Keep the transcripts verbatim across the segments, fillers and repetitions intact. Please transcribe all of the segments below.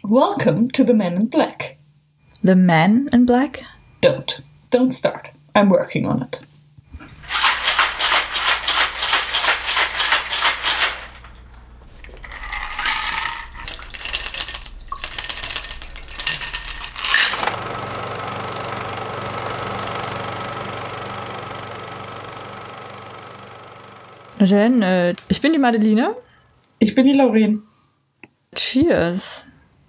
Welcome to the Men in Black. The Man in Black? Don't. Don't start. I'm working on it. Na dann, äh, ich bin die Madeline. Ich bin die Lauren. Cheers.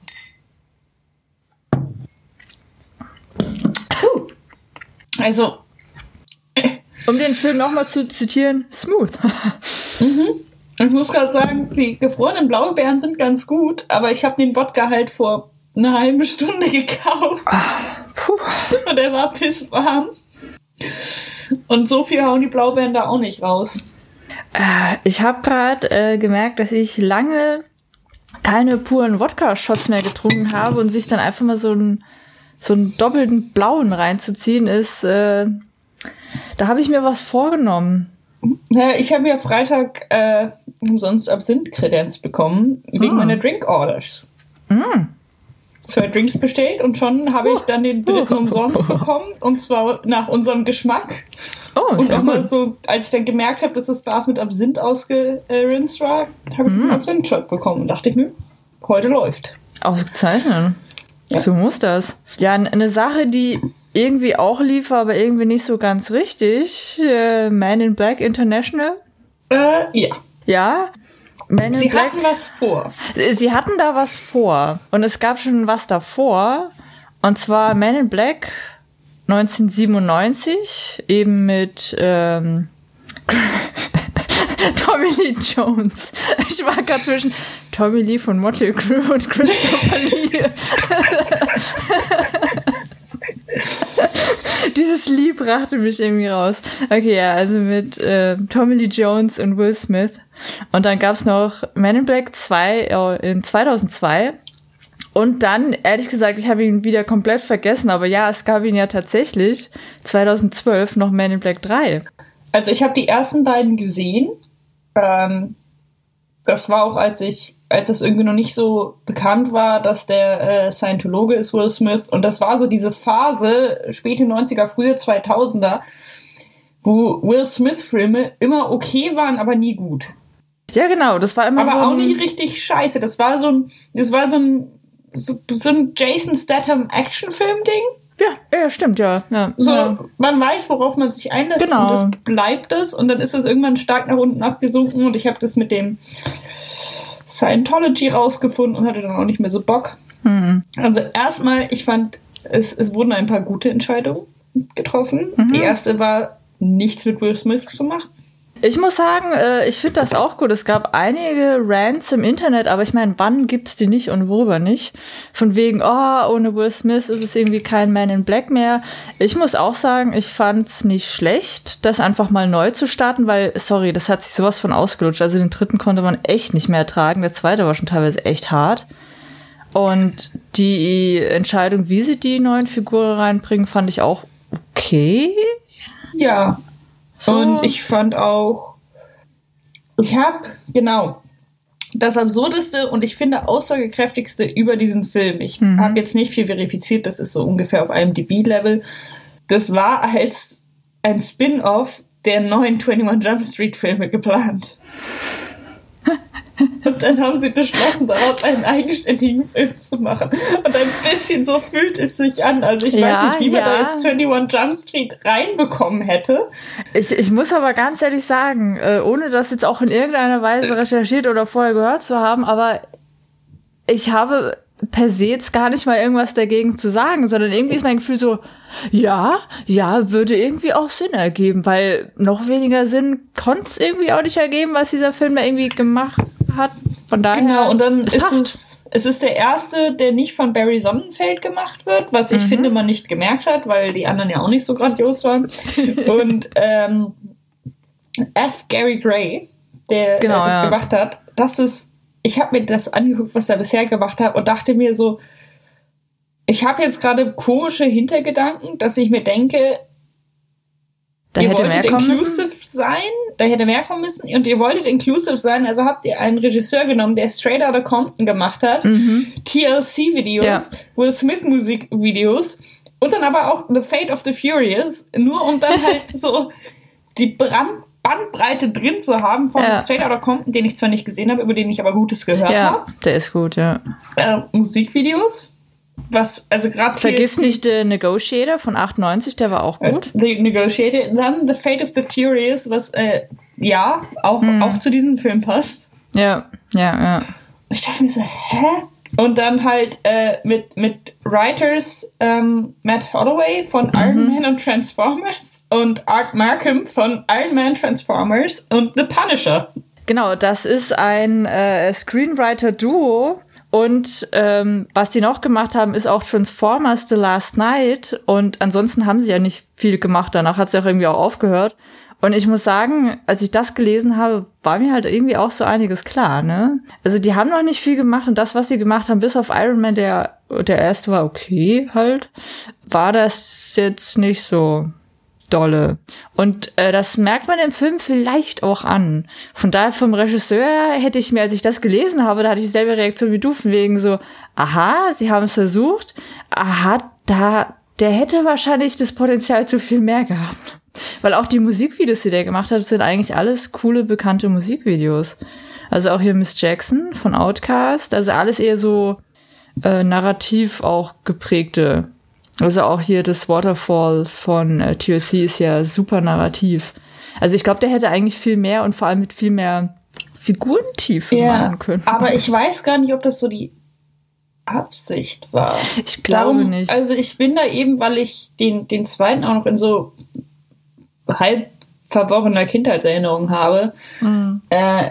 Also, um den Film nochmal zu zitieren, smooth. mhm. Ich muss gerade sagen, die gefrorenen Blaubeeren sind ganz gut, aber ich habe den Wodka halt vor einer halben Stunde gekauft. Puh. Und er war pisswarm. Und so viel hauen die Blaubeeren da auch nicht raus. Ich habe gerade äh, gemerkt, dass ich lange keine puren Wodka-Shots mehr getrunken habe und sich dann einfach mal so einen so einen doppelten blauen reinzuziehen ist, äh, da habe ich mir was vorgenommen. Ja, ich habe ja Freitag äh, umsonst Absinth-Kredenz bekommen, wegen mm. meiner Drink-Orders. Mm. Zwei Drinks bestellt und schon habe ich dann den dritten umsonst bekommen, und zwar nach unserem Geschmack. Oh, und sehr auch mal gut. so, als ich dann gemerkt habe, dass das Glas mit Absinth ausgerinst war, habe ich Mm. einen Absinth-Shot bekommen und dachte ich mir, heute läuft. Ausgezeichnet. Ja. So muss das. Ja, eine Sache, die irgendwie auch lief, aber irgendwie nicht so ganz richtig. Äh, Man in Black International. Äh, ja. Ja. Man in Sie Black. hatten was vor. Sie hatten da was vor. Und es gab schon was davor. Und zwar Man in Black neunzehnhundertsiebenundneunzig. Eben mit ähm, Tommy Lee Jones. Ich war gerade zwischen Tommy Lee von Motley Crue und Christopher Lee. Dieses Lee brachte mich irgendwie raus. Okay, ja, also mit äh, Tommy Lee Jones und Will Smith. Und dann gab's noch Man in Black zwei äh, in zweitausendzwei. Und dann, ehrlich gesagt, ich habe ihn wieder komplett vergessen. Aber ja, es gab ihn ja tatsächlich zweitausendzwölf noch Man in Black drei. Also ich habe die ersten beiden gesehen. Ähm, das war auch, als ich, als es irgendwie noch nicht so bekannt war, dass der äh, Scientologe ist, Will Smith. Und das war so diese Phase, späte neunziger, frühe zweitausender, wo Will Smith-Filme immer okay waren, aber nie gut. Ja, genau, das war immer aber so. Aber auch ein nicht richtig scheiße. Das war so ein, das war so ein, so, so ein Jason Statham-Action-Film-Ding. Ja, ja, stimmt, ja. ja so, ja. Man weiß, worauf man sich einlässt, genau. Und das bleibt es. Und dann ist es irgendwann stark nach unten abgesunken. Und ich habe das mit dem Scientology rausgefunden und hatte dann auch nicht mehr so Bock. Mhm. Also erstmal, ich fand, es, es wurden ein paar gute Entscheidungen getroffen. Mhm. Die erste war, nichts mit Will Smith zu machen. Ich muss sagen, äh, ich finde das auch gut. Es gab einige Rants im Internet, aber ich meine, wann gibt's die nicht und worüber nicht? Von wegen, oh, ohne Will Smith ist es irgendwie kein Man in Black mehr. Ich muss auch sagen, ich fand's nicht schlecht, das einfach mal neu zu starten, weil, sorry, das hat sich sowas von ausgelutscht. Also den dritten konnte man echt nicht mehr ertragen. Der zweite war schon teilweise echt hart. Und die Entscheidung, wie sie die neuen Figuren reinbringen, fand ich auch okay. Ja. So. Und ich fand auch, ich habe, genau, das Absurdeste und ich finde aussagekräftigste über diesen Film, ich mhm. habe jetzt nicht viel verifiziert, das ist so ungefähr auf einem I M D B-Level, das war als ein Spin-off der neuen einundzwanzig Jump Street-Filme geplant. Und dann haben sie beschlossen, daraus einen eigenständigen Film zu machen. Und ein bisschen so fühlt es sich an. Also ich ja, weiß nicht, wie man ja. da jetzt einundzwanzig Jump Street reinbekommen hätte. Ich, ich muss aber ganz ehrlich sagen, äh, ohne das jetzt auch in irgendeiner Weise recherchiert oder vorher gehört zu haben, aber ich habe per se jetzt gar nicht mal irgendwas dagegen zu sagen, sondern irgendwie ist mein Gefühl so, ja, ja, würde irgendwie auch Sinn ergeben, weil noch weniger Sinn konnte es irgendwie auch nicht ergeben, was dieser Film da irgendwie gemacht hat. Von daher, genau, und dann es ist passt. es, es ist der erste, der nicht von Barry Sonnenfeld gemacht wird, was ich Mhm. finde, man nicht gemerkt hat, weil die anderen ja auch nicht so grandios waren. Und ähm, F. Gary Gray, der Genau, äh, das ja. gemacht hat, das ist, ich habe mir das angeguckt, was er bisher gemacht hat und dachte mir so, ich habe jetzt gerade komische Hintergedanken, dass ich mir denke, Da ihr hätte wolltet mehr kommen inclusive müssen. sein, da hätte mehr kommen müssen und ihr wolltet inclusive sein, also habt ihr einen Regisseur genommen, der Straight Outta Compton gemacht hat, mhm. T L C-Videos, ja. Will Smith-Musikvideos und dann aber auch The Fate of the Furious, nur um dann halt so die Brand Bandbreite drin zu haben von ja. Straight Outta Compton, den ich zwar nicht gesehen habe, über den ich aber Gutes gehört ja, habe. Der ist gut, ja. Äh, Musikvideos. Was, also gerade Vergiss nicht The Negotiator von achtundneunzig, der war auch gut. Uh, The Negotiator, dann The Fate of the Furious, was äh, ja auch, hm. auch zu diesem Film passt. Ja, ja, ja. Ich dachte mir so, hä? Und dann halt äh, mit, mit Writers ähm, Matt Holloway von mhm. Iron Man und Transformers und Art Markham von Iron Man, Transformers und The Punisher. Genau, das ist ein äh, Screenwriter-Duo. Und ähm, was die noch gemacht haben, ist auch Transformers The Last Night. Und ansonsten haben sie ja nicht viel gemacht. Danach hat sie auch irgendwie auch aufgehört. Und ich muss sagen, als ich das gelesen habe, war mir halt irgendwie auch so einiges klar, ne? Also die haben noch nicht viel gemacht. Und das, was sie gemacht haben, bis auf Iron Man, der, der erste war okay halt, war das jetzt nicht so dolle. Und äh, das merkt man im Film vielleicht auch an. Von daher vom Regisseur hätte ich mir, als ich das gelesen habe, da hatte ich dieselbe Reaktion wie du, von wegen so, aha, sie haben es versucht, aha, da, der hätte wahrscheinlich das Potenzial zu viel mehr gehabt. Weil auch die Musikvideos, die der gemacht hat, sind eigentlich alles coole, bekannte Musikvideos. Also auch hier Miss Jackson von Outkast, also alles eher so äh, narrativ auch geprägte. Also auch hier das Waterfalls von äh, T L C ist ja super narrativ. Also ich glaube, der hätte eigentlich viel mehr und vor allem mit viel mehr Figurentiefe ja, machen können. Aber ich weiß gar nicht, ob das so die Absicht war. Ich glaube Darum, nicht. Also ich bin da eben, weil ich den, den zweiten auch noch in so halb verworrener Kindheitserinnerung habe. Mhm. Äh,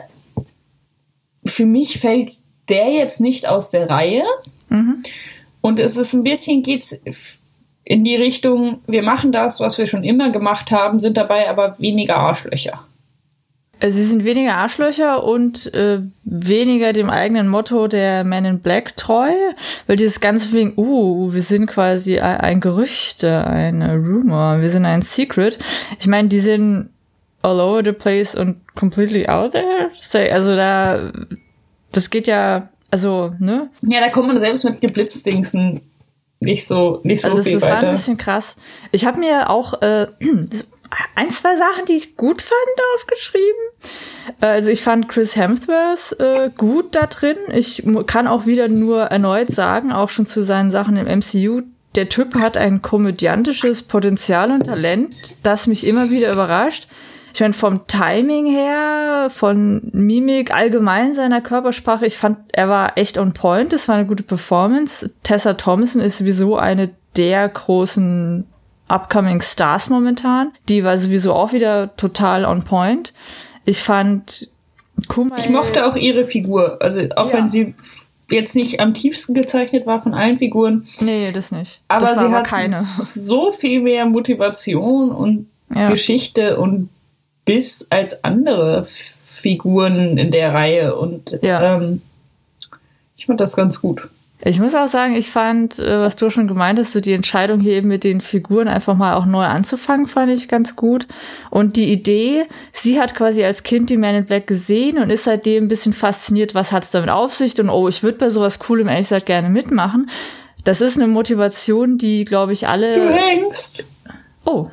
für mich fällt der jetzt nicht aus der Reihe. Mhm. Und es ist ein bisschen, geht's in die Richtung, wir machen das, was wir schon immer gemacht haben, sind dabei aber weniger Arschlöcher. Sie sind weniger Arschlöcher und äh, weniger dem eigenen Motto der Men in Black treu, weil dieses ganze wegen, uh, wir sind quasi ein, ein Gerücht, ein Rumor, wir sind ein Secret. Ich meine, die sind all over the place und completely out there. Also da, das geht ja, also, ne? Ja, da kommt man selbst mit Geblitzdingsen nicht so, nicht so also das, viel das weiter. Das war ein bisschen krass. Ich habe mir auch äh, ein, zwei Sachen, die ich gut fand, aufgeschrieben. Also ich fand Chris Hemsworth äh, gut da drin. Ich kann auch wieder nur erneut sagen, auch schon zu seinen Sachen im M C U, der Typ hat ein komödiantisches Potenzial und Talent, das mich immer wieder überrascht. Ich meine, vom Timing her, von Mimik, allgemein seiner Körpersprache, ich fand, er war echt on point. Das war eine gute Performance. Tessa Thompson ist sowieso eine der großen upcoming Stars momentan. Die war sowieso auch wieder total on point. Ich fand Kumail... Ich mochte auch ihre Figur. Also auch ja. wenn sie jetzt nicht am tiefsten gezeichnet war von allen Figuren. Nee, das nicht. Aber das war sie aber hat keine. so viel mehr Motivation und ja. Geschichte und Biss als andere Figuren in der Reihe. Und ja. ähm, ich fand das ganz gut. Ich muss auch sagen, ich fand, was du schon gemeint hast, so die Entscheidung hier eben mit den Figuren einfach mal auch neu anzufangen, fand ich ganz gut. Und die Idee, sie hat quasi als Kind die Men in Black gesehen und ist seitdem ein bisschen fasziniert, was hat's damit auf sich und oh, ich würde bei sowas Coolem ehrlich gesagt gerne mitmachen. Das ist eine Motivation, die, glaube ich, alle... Du hängst! Oh.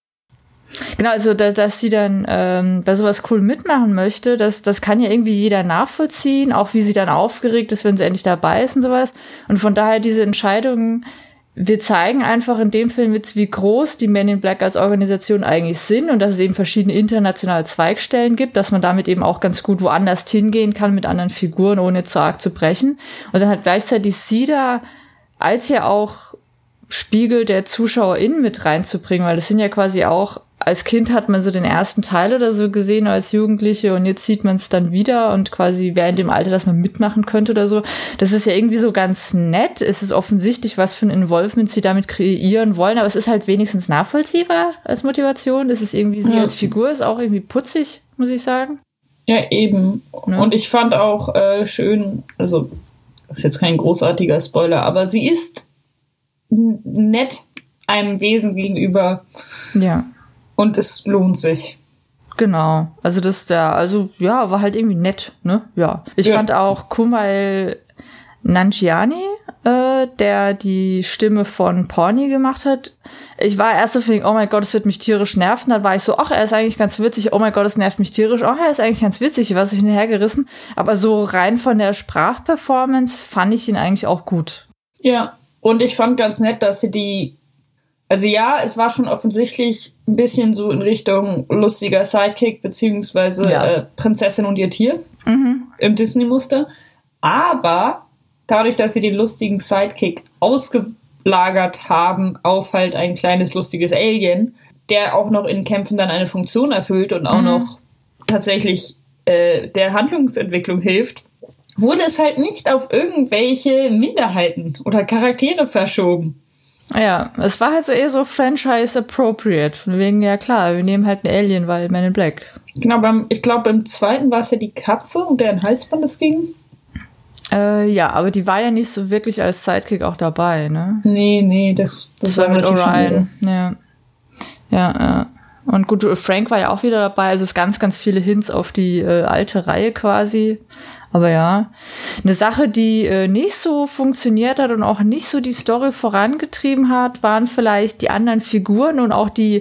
Genau, also dass, dass sie dann ähm, bei sowas cool mitmachen möchte, das, das kann ja irgendwie jeder nachvollziehen, auch wie sie dann aufgeregt ist, wenn sie endlich dabei ist und sowas. Und von daher diese Entscheidungen, wir zeigen einfach in dem Film jetzt, wie groß die Men in Black als Organisation eigentlich sind und dass es eben verschiedene internationale Zweigstellen gibt, dass man damit eben auch ganz gut woanders hingehen kann mit anderen Figuren, ohne zu arg zu brechen. Und dann hat gleichzeitig sie da als ja auch Spiegel der ZuschauerInnen mit reinzubringen, weil das sind ja quasi auch, als Kind hat man so den ersten Teil oder so gesehen als Jugendliche und jetzt sieht man es dann wieder und quasi wer in dem Alter, dass man mitmachen könnte oder so. Das ist ja irgendwie so ganz nett. Es ist offensichtlich, was für ein Involvement sie damit kreieren wollen, aber es ist halt wenigstens nachvollziehbar als Motivation. Es ist irgendwie, sie ja. als Figur ist auch irgendwie putzig, muss ich sagen. Ja, eben. Ja. Und ich fand auch äh, schön, also das ist jetzt kein großartiger Spoiler, aber sie ist n- nett einem Wesen gegenüber. Ja. und es lohnt sich. Genau, also das da, also ja, war halt irgendwie nett, ne? Ja. Ich ja. fand auch Kumail Nanjiani, äh, der die Stimme von Porni gemacht hat. Ich war erst so feeling, oh mein Gott, es wird mich tierisch nerven. Dann war ich so, ach, er ist eigentlich ganz witzig. Oh mein Gott, es nervt mich tierisch. Ach, er ist eigentlich ganz witzig. Ich war so hinterhergerissen. Aber so rein von der Sprachperformance fand ich ihn eigentlich auch gut. Ja, und ich fand ganz nett, dass sie die, also ja, es war schon offensichtlich ein bisschen so in Richtung lustiger Sidekick, beziehungsweise ja. äh, Prinzessin und ihr Tier mhm. im Disney-Muster. Aber dadurch, dass sie den lustigen Sidekick ausgelagert haben auf halt ein kleines, lustiges Alien, der auch noch in Kämpfen dann eine Funktion erfüllt und auch mhm. noch tatsächlich äh, der Handlungsentwicklung hilft, wurde es halt nicht auf irgendwelche Minderheiten oder Charaktere verschoben. Ja, es war halt so eher so Franchise-appropriate. Von wegen, ja klar, wir nehmen halt ein Alien, weil Men in Black. Genau, beim, ich glaube, beim zweiten war es ja die Katze und deren Halsband es ging. Äh, ja, aber die war ja nicht so wirklich als Sidekick auch dabei, ne? Nee, nee, das, das, das war mit Orion. Ja. Ja, ja. Und gut, Frank war ja auch wieder dabei, also es ganz, ganz viele Hints auf die äh, alte Reihe quasi. Aber ja, eine Sache, die äh, nicht so funktioniert hat und auch nicht so die Story vorangetrieben hat, waren vielleicht die anderen Figuren und auch die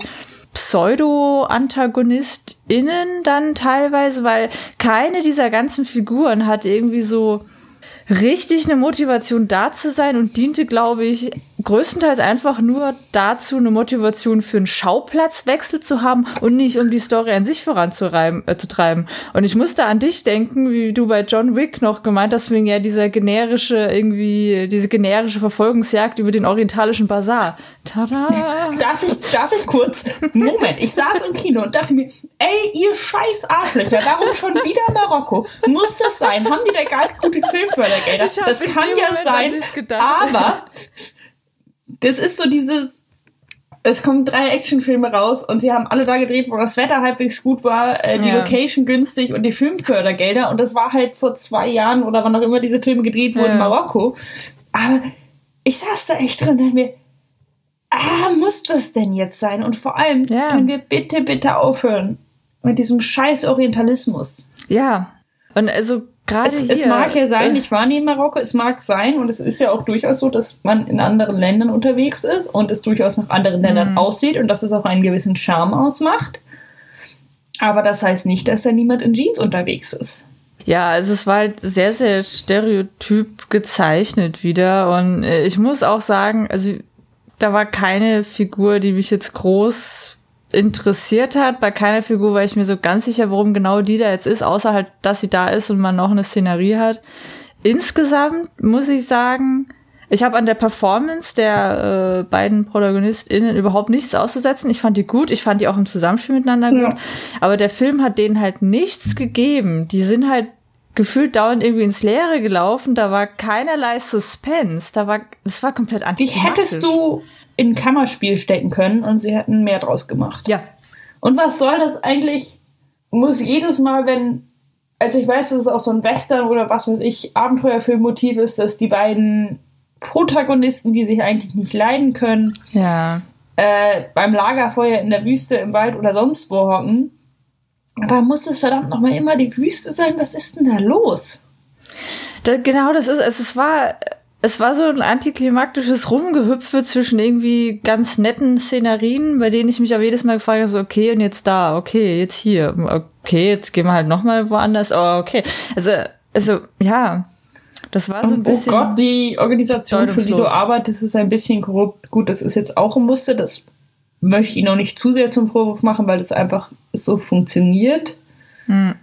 Pseudo-AntagonistInnen dann teilweise, weil keine dieser ganzen Figuren hat irgendwie so richtig eine Motivation da zu sein und diente, glaube ich, größtenteils einfach nur dazu, eine Motivation für einen Schauplatzwechsel zu haben und nicht um die Story an sich voranzutreiben. Äh, zu treiben. Und ich musste an dich denken, wie du bei John Wick noch gemeint hast, wegen ja dieser generische, irgendwie, diese generische Verfolgungsjagd über den orientalischen Bazar. Tada! Darf ich, darf ich kurz? Moment, ich saß im Kino und dachte mir, ey, ihr scheiß Arschlöcher, warum schon wieder Marokko? Muss das sein? Haben die da gar nicht gute Filmfördergelder? Das kann ja sein, aber das ist so dieses, es kommen drei Actionfilme raus und sie haben alle da gedreht, wo das Wetter halbwegs gut war, äh, die ja. Location günstig und die Filmfördergelder und das war halt vor zwei Jahren oder wann auch immer diese Filme gedreht wurden ja. in Marokko. Aber ich saß da echt drin und dachte mir, ah, muss das denn jetzt sein? Und vor allem ja. können wir bitte, bitte aufhören mit diesem scheiß Orientalismus. Ja, und also gerade es, hier. Es mag ja sein, ich war nie in Marokko, es mag sein und es ist ja auch durchaus so, dass man in anderen Ländern unterwegs ist und es durchaus nach anderen Ländern mhm. aussieht und dass es auch einen gewissen Charme ausmacht. Aber das heißt nicht, dass da niemand in Jeans unterwegs ist. Ja, also es war halt sehr, sehr stereotyp gezeichnet wieder und ich muss auch sagen, also da war keine Figur, die mich jetzt groß interessiert hat. Bei keiner Figur war ich mir so ganz sicher, warum genau die da jetzt ist, außer halt, dass sie da ist und man noch eine Szenerie hat. Insgesamt muss ich sagen, ich habe an der Performance der äh, beiden ProtagonistInnen überhaupt nichts auszusetzen. Ich fand die gut, ich fand die auch im Zusammenspiel miteinander gut. Ja. Aber der Film hat denen halt nichts gegeben. Die sind halt gefühlt dauernd irgendwie ins Leere gelaufen. Da war keinerlei Suspense. Da war, das war komplett antiklimatisch. Die hättest du in ein Kammerspiel stecken können und sie hätten mehr draus gemacht. Ja. Und was soll das eigentlich? Muss jedes Mal, wenn, also ich weiß, dass es auch so ein Western oder was weiß ich, Abenteuerfilmmotiv ist, dass die beiden Protagonisten, die sich eigentlich nicht leiden können, ja. äh, beim Lagerfeuer in der Wüste, im Wald oder sonst wo hocken. Aber muss es verdammt nochmal immer die Wüste sein? Was ist denn da los? Da, genau, das ist, also es war, es war so ein antiklimaktisches Rumgehüpfe zwischen irgendwie ganz netten Szenerien, bei denen ich mich aber jedes Mal gefragt habe, so, okay, und jetzt da, okay, jetzt hier, okay, jetzt gehen wir halt nochmal woanders, aber okay. Also, also, ja, das war so ein bisschen. Oh Gott, die Organisation, für die du arbeitest, ist ein bisschen korrupt. Gut, das ist jetzt auch ein Muster, das möchte ich Ihnen auch nicht zu sehr zum Vorwurf machen, weil das einfach so funktioniert. Hm.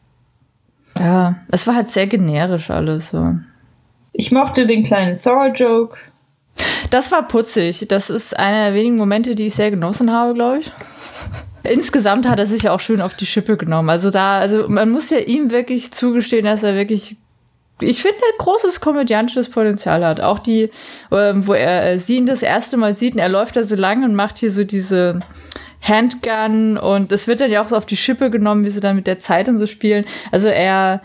Ja, es war halt sehr generisch alles so. Ich mochte den kleinen Thor-Joke. Das war putzig. Das ist einer der wenigen Momente, die ich sehr genossen habe, glaube ich. Insgesamt hat er sich ja auch schön auf die Schippe genommen. Also da, also man muss ja ihm wirklich zugestehen, dass er wirklich, ich finde, großes komödiantisches Potenzial hat. Auch die, ähm, wo er sie ihn das erste Mal sieht und er läuft da so lang und macht hier so diese Handgun und es wird dann ja auch so auf die Schippe genommen, wie sie dann mit der Zeit und so spielen. Also er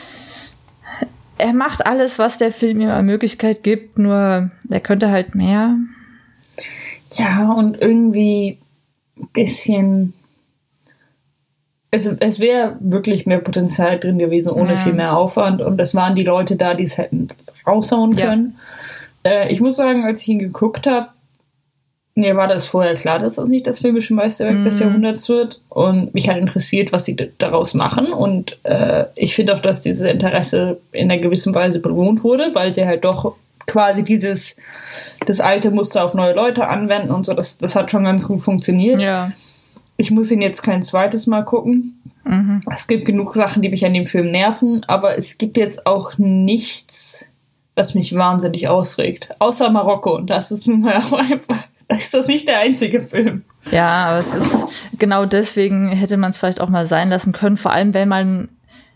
er macht alles, was der Film ihm an Möglichkeit gibt, nur er könnte halt mehr. Ja, und irgendwie ein bisschen... Es, es wäre wirklich mehr Potenzial drin gewesen, ohne ja. viel mehr Aufwand. Und es waren die Leute da, die es hätten raushauen können. Ja. Äh, ich muss sagen, als ich ihn geguckt habe, mir war das vorher klar, dass das nicht das filmische Meisterwerk mm. des Jahrhunderts wird. Und mich hat interessiert, was sie d- daraus machen. Und äh, ich finde auch, dass dieses Interesse in einer gewissen Weise belohnt wurde, weil sie halt doch quasi dieses das alte Muster auf neue Leute anwenden und so. Das, das hat schon ganz gut funktioniert. Ja. Ich muss ihn jetzt kein zweites Mal gucken. Mhm. Es gibt genug Sachen, die mich an dem Film nerven, aber es gibt jetzt auch nichts, was mich wahnsinnig ausregt. Außer Marokko. Und das ist nun mal auch einfach, das ist das nicht der einzige Film. Ja, aber es ist genau deswegen hätte man es vielleicht auch mal sein lassen können. Vor allem, wenn man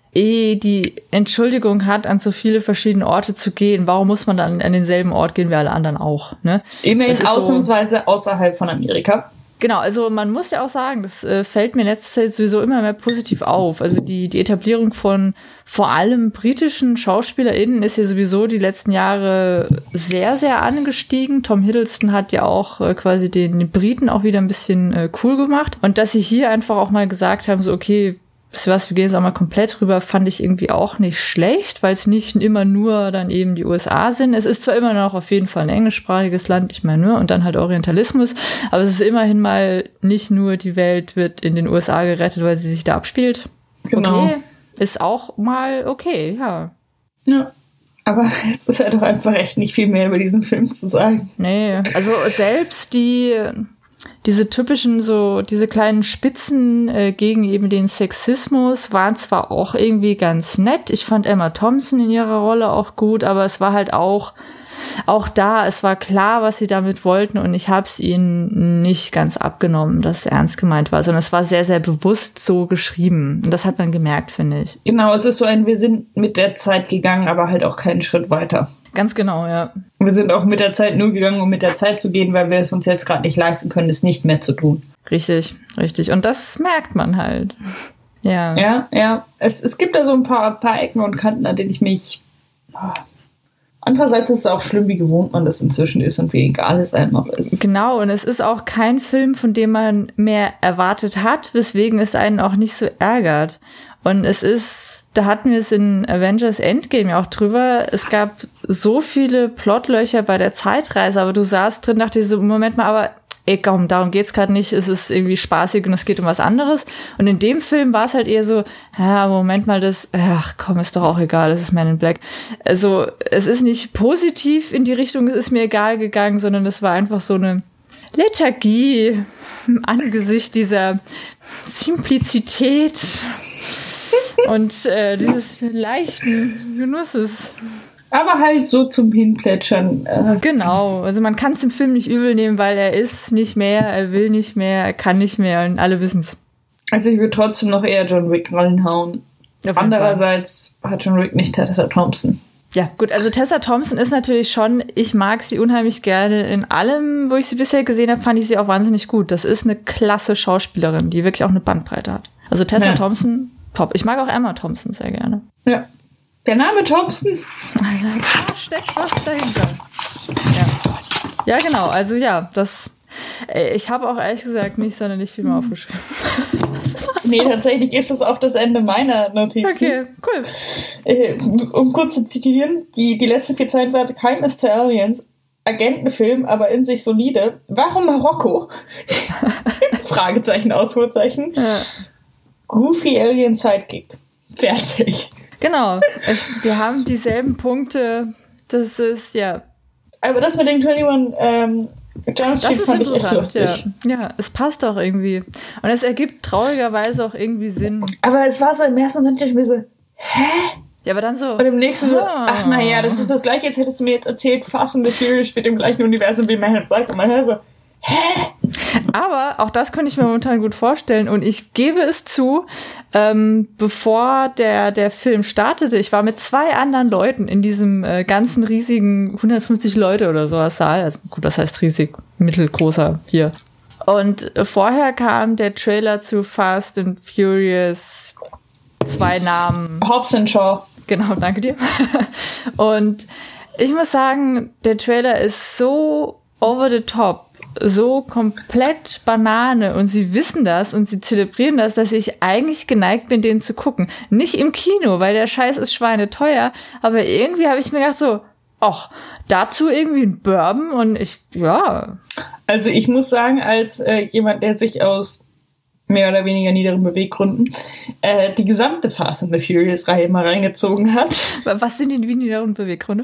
eh die Entschuldigung hat, an so viele verschiedene Orte zu gehen. Warum muss man dann an denselben Ort gehen wie alle anderen auch? Ne? Immerhin ausnahmsweise so, außerhalb von Amerika. Genau, also man muss ja auch sagen, das äh, fällt mir in letzter Zeit sowieso immer mehr positiv auf. Also die die Etablierung von vor allem britischen SchauspielerInnen ist ja sowieso die letzten Jahre sehr, sehr angestiegen. Tom Hiddleston hat ja auch äh, quasi den, den Briten auch wieder ein bisschen äh, cool gemacht. Und dass sie hier einfach auch mal gesagt haben, so okay, wisst ihr was, wir gehen jetzt auch mal komplett rüber, fand ich irgendwie auch nicht schlecht, weil es nicht immer nur dann eben die U S A sind. Es ist zwar immer noch auf jeden Fall ein englischsprachiges Land, ich meine, ne, und dann halt Orientalismus, aber es ist immerhin mal nicht nur die Welt wird in den U S A gerettet, weil sie sich da abspielt. Genau. Okay, ist auch mal okay, ja. Ja, aber es ist halt doch einfach echt nicht viel mehr über diesen Film zu sagen. Nee, also selbst die... Diese typischen, so, diese kleinen Spitzen äh, gegen eben den Sexismus waren zwar auch irgendwie ganz nett. Ich fand Emma Thompson in ihrer Rolle auch gut, aber es war halt auch, auch da, es war klar, was sie damit wollten und ich habe es ihnen nicht ganz abgenommen, dass es ernst gemeint war, sondern es war sehr, sehr bewusst so geschrieben. Und das hat man gemerkt, finde ich. Genau, es ist so ein, wir sind mit der Zeit gegangen, aber halt auch keinen Schritt weiter. Ganz genau, ja. Wir sind auch mit der Zeit nur gegangen, um mit der Zeit zu gehen, weil wir es uns jetzt gerade nicht leisten können, es nicht mehr zu tun. Richtig, richtig. Und das merkt man halt. Ja. Ja, ja. Es, es gibt da so ein paar, paar Ecken und Kanten, an denen ich mich... Oh. Andererseits ist es auch schlimm, wie gewohnt man das inzwischen ist und wie egal es einem auch ist. Genau, und es ist auch kein Film, von dem man mehr erwartet hat, weswegen es einen auch nicht so ärgert. Und es ist... Da hatten wir es in Avengers Endgame ja auch drüber. Es gab so viele Plotlöcher bei der Zeitreise, aber du saßt drin, dachte so, Moment mal, aber ey, komm, darum geht's gerade nicht. Es ist irgendwie spaßig und es geht um was anderes. Und in dem Film war es halt eher so, ja, Moment mal, das, ach komm, ist doch auch egal, das ist Man in Black. Also es ist nicht positiv in die Richtung, es ist mir egal gegangen, sondern es war einfach so eine Lethargie im Angesicht dieser Simplizität und äh, dieses leichten Genusses. Aber halt so zum Hinplätschern. Äh. Genau, also man kann es dem Film nicht übel nehmen, weil er ist nicht mehr, er will nicht mehr, er kann nicht mehr und alle wissen es. Also ich würde trotzdem noch eher John Wick reinhauen. Andererseits Fall. Hat John Wick nicht Tessa Thompson. Ja, gut, also Tessa Thompson ist natürlich schon, ich mag sie unheimlich gerne. In allem, wo ich sie bisher gesehen habe, fand ich sie auch wahnsinnig gut. Das ist eine klasse Schauspielerin, die wirklich auch eine Bandbreite hat. Also Tessa ja. Thompson, top. Ich mag auch Emma Thompson sehr gerne. Ja. Der Name Thompson? Also, da steckt was dahinter. Ja. Ja, genau. Also ja, das. Ich habe auch ehrlich gesagt nicht sonderlich viel mehr aufgeschrieben. Nee, tatsächlich ist es auch das Ende meiner Notizen. Okay, cool. Ich, um kurz zu zitieren, die, die letzten vier Zeilen waren Kindness to Aliens, Agentenfilm, aber in sich solide. Warum Marokko? Fragezeichen, Ausrufezeichen. Ja. Goofy Alien Sidekick. Fertig. Genau. Es, wir haben dieselben Punkte. Das ist, ja. Aber das mit den einundzwanzig, ähm, Jump Street fand ich echt lustig. Ja. ja, es passt auch irgendwie. Und es ergibt traurigerweise auch irgendwie Sinn. Aber es war so im ersten Moment, ich mir so, hä? Ja, aber dann so. Und im nächsten so, ach naja, das ist das gleiche, jetzt hättest du mir jetzt erzählt, Fast and the Furious spielt im gleichen Universum wie Man in Black. Und man hört so, hä? Aber auch das könnte ich mir momentan gut vorstellen. Und ich gebe es zu, ähm, bevor der, der Film startete, ich war mit zwei anderen Leuten in diesem äh, ganzen riesigen hundertfünfzig Leute oder sowas Saal. Also gut, das heißt riesig, mittelgroßer hier. Und äh, vorher kam der Trailer zu Fast and Furious, zwei Namen. Hobbs and Shaw. Genau, danke dir. Und ich muss sagen, der Trailer ist so over the top so komplett Banane und sie wissen das und sie zelebrieren das, dass ich eigentlich geneigt bin, den zu gucken. Nicht im Kino, weil der Scheiß ist schweineteuer, aber irgendwie habe ich mir gedacht so, ach, dazu irgendwie ein Bourbon und ich, ja. Also ich muss sagen, als äh, jemand, der sich aus mehr oder weniger niederen Beweggründen äh, die gesamte Fast and the Furious-Reihe mal reingezogen hat. Was sind denn die niederen Beweggründe?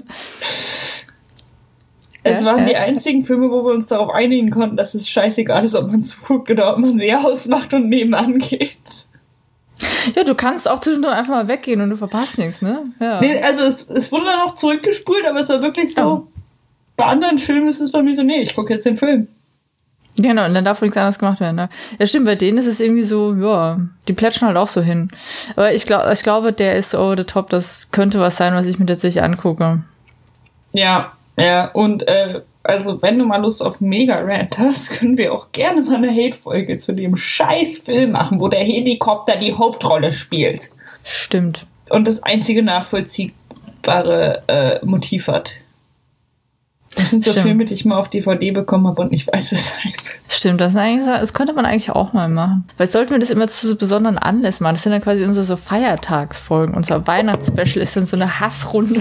Es ja, waren ja. die einzigen Filme, wo wir uns darauf einigen konnten, dass es scheißegal ist, ob man zuguckt oder ob man sie ausmacht und nebenan geht. Ja, du kannst auch zwischendurch einfach mal weggehen und du verpasst nichts, ne? Ja. Nee, also es, es wurde dann auch zurückgespult, aber es war wirklich so, oh. Bei anderen Filmen ist es bei mir so, nee, ich gucke jetzt den Film. Genau, und dann darf nichts anderes gemacht werden. Ne? Ja, stimmt, bei denen ist es irgendwie so, ja, die plätschern halt auch so hin. Aber ich, glaub, ich glaube, der ist over the top, das könnte was sein, was ich mir tatsächlich angucke. Ja, ja, und äh, also wenn du mal Lust auf Mega-Rant hast, können wir auch gerne mal eine Hate-Folge zu dem scheiß Film machen, wo der Helikopter die Hauptrolle spielt. Stimmt. Und das einzige nachvollziehbare äh, Motiv hat. Das sind so Stimmt. Filme, die ich mal auf D V D bekommen habe und ich weiß weshalb. Stimmt, das, ist eigentlich, das könnte man eigentlich auch mal machen. Weil sollten wir das immer zu so besonderen Anlässen machen. Das sind dann quasi unsere so Feiertagsfolgen. Unser Weihnachtsspecial ist dann so eine Hassrunde.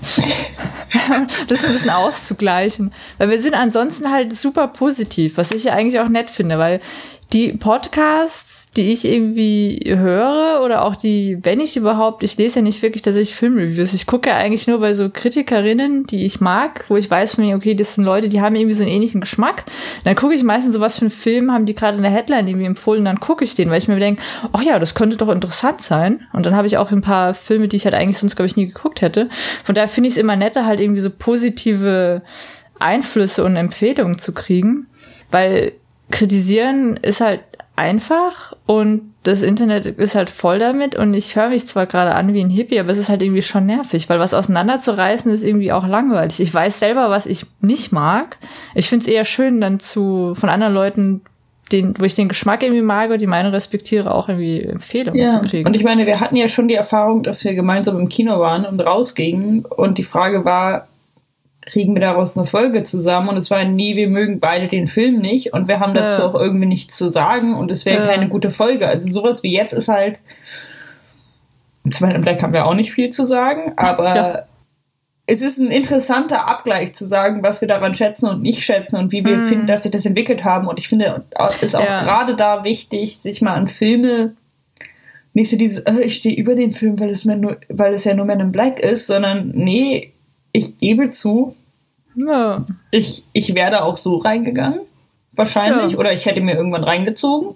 Das ist ein bisschen auszugleichen. Weil wir sind ansonsten halt super positiv, was ich ja eigentlich auch nett finde, weil die Podcasts, die ich irgendwie höre oder auch die, wenn ich überhaupt, ich lese ja nicht wirklich tatsächlich Filmreviews. Ich gucke ja eigentlich nur bei so Kritikerinnen, die ich mag, wo ich weiß von mir, okay, das sind Leute, die haben irgendwie so einen ähnlichen Geschmack. Dann gucke ich meistens so, was für einen Film haben die gerade in der Headline irgendwie empfohlen, dann gucke ich den, weil ich mir denke, ach ja, das könnte doch interessant sein. Und dann habe ich auch ein paar Filme, die ich halt eigentlich sonst, glaube ich, nie geguckt hätte. Von daher finde ich es immer netter, halt irgendwie so positive Einflüsse und Empfehlungen zu kriegen, weil kritisieren ist halt einfach und das Internet ist halt voll damit und ich höre mich zwar gerade an wie ein Hippie, aber es ist halt irgendwie schon nervig, weil was auseinanderzureißen ist irgendwie auch langweilig. Ich weiß selber, was ich nicht mag. Ich finde es eher schön, dann zu von anderen Leuten, den, wo ich den Geschmack irgendwie mag und die Meinung respektiere, auch irgendwie Empfehlungen ja. zu kriegen. Und ich meine, wir hatten ja schon die Erfahrung, dass wir gemeinsam im Kino waren und rausgingen und die Frage war, kriegen wir daraus eine Folge zusammen und es war nie, wir mögen beide den Film nicht und wir haben dazu ja. auch irgendwie nichts zu sagen und es wäre ja. keine gute Folge. Also sowas wie jetzt ist halt, zum Beispiel im Black haben wir auch nicht viel zu sagen, aber ja. es ist ein interessanter Abgleich zu sagen, was wir daran schätzen und nicht schätzen und wie wir mm. finden, dass sich das entwickelt haben und ich finde, es ist auch ja. gerade da wichtig, sich mal an Filme nicht so dieses, oh, ich stehe über den Film, weil es, nur, weil es ja nur Men in Black ist, sondern nee, ich gebe zu, ja. ich, ich wäre auch so reingegangen, wahrscheinlich, ja. oder ich hätte mir irgendwann reingezogen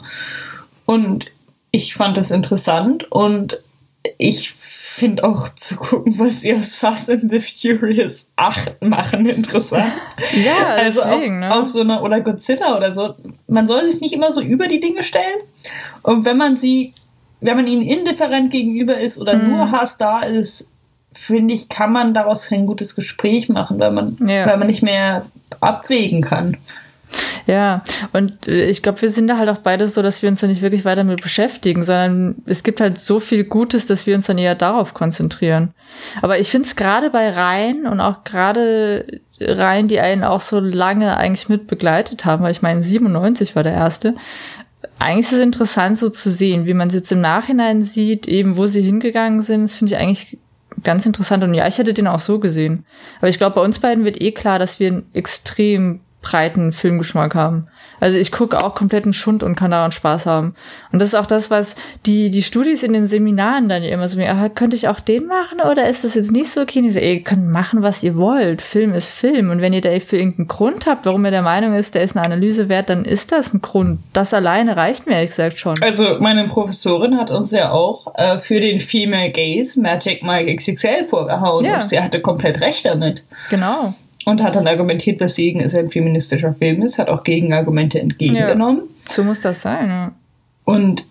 und ich fand das interessant und ich finde auch zu gucken, was sie aus Fast and the Furious acht machen, interessant. Ja, also deswegen, auf, ne? auf so einer, oder Godzilla oder so, man soll sich nicht immer so über die Dinge stellen und wenn man sie, wenn man ihnen indifferent gegenüber ist oder mhm. nur Hass da ist, finde ich, kann man daraus ein gutes Gespräch machen, weil man, ja. weil man nicht mehr abwägen kann. Ja, und ich glaube, wir sind da halt auch beide so, dass wir uns da nicht wirklich weiter mit beschäftigen, sondern es gibt halt so viel Gutes, dass wir uns dann eher darauf konzentrieren. Aber ich finde es gerade bei Reihen und auch gerade Reihen, die einen auch so lange eigentlich mit begleitet haben, weil ich meine, siebenundneunzig war der erste, eigentlich ist es interessant so zu sehen, wie man es jetzt im Nachhinein sieht, eben wo sie hingegangen sind, das finde ich eigentlich ganz interessant. Und ja, ich hätte den auch so gesehen. Aber ich glaube, bei uns beiden wird eh klar, dass wir einen extrem breiten Filmgeschmack haben. Also ich gucke auch kompletten Schund und kann daran Spaß haben. Und das ist auch das, was die die Studis in den Seminaren dann immer so, ah, könnte ich auch den machen oder ist das jetzt nicht so okay? Und ich so, ihr könnt machen, was ihr wollt. Film ist Film. Und wenn ihr da für irgendeinen Grund habt, warum ihr der Meinung ist, der ist eine Analyse wert, dann ist das ein Grund. Das alleine reicht mir ehrlich gesagt schon. Also meine Professorin hat uns ja auch äh, für den Female Gaze Magic Mike X X L vorgehauen. Ja. Und sie hatte komplett recht damit. Genau. Und hat dann argumentiert, weswegen es ein feministischer Film ist, hat auch Gegenargumente entgegengenommen. Ja, so muss das sein, ja. Und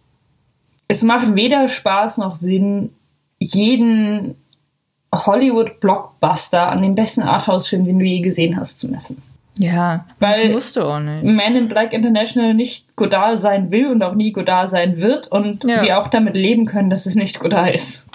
es macht weder Spaß noch Sinn, jeden Hollywood-Blockbuster an den besten Arthouse-Film, den du je gesehen hast, zu messen. Ja, weil das musst du auch nicht. Man in Black International nicht Godard sein will und auch nie Godard sein wird und ja. wir auch damit leben können, dass es nicht Godard ist.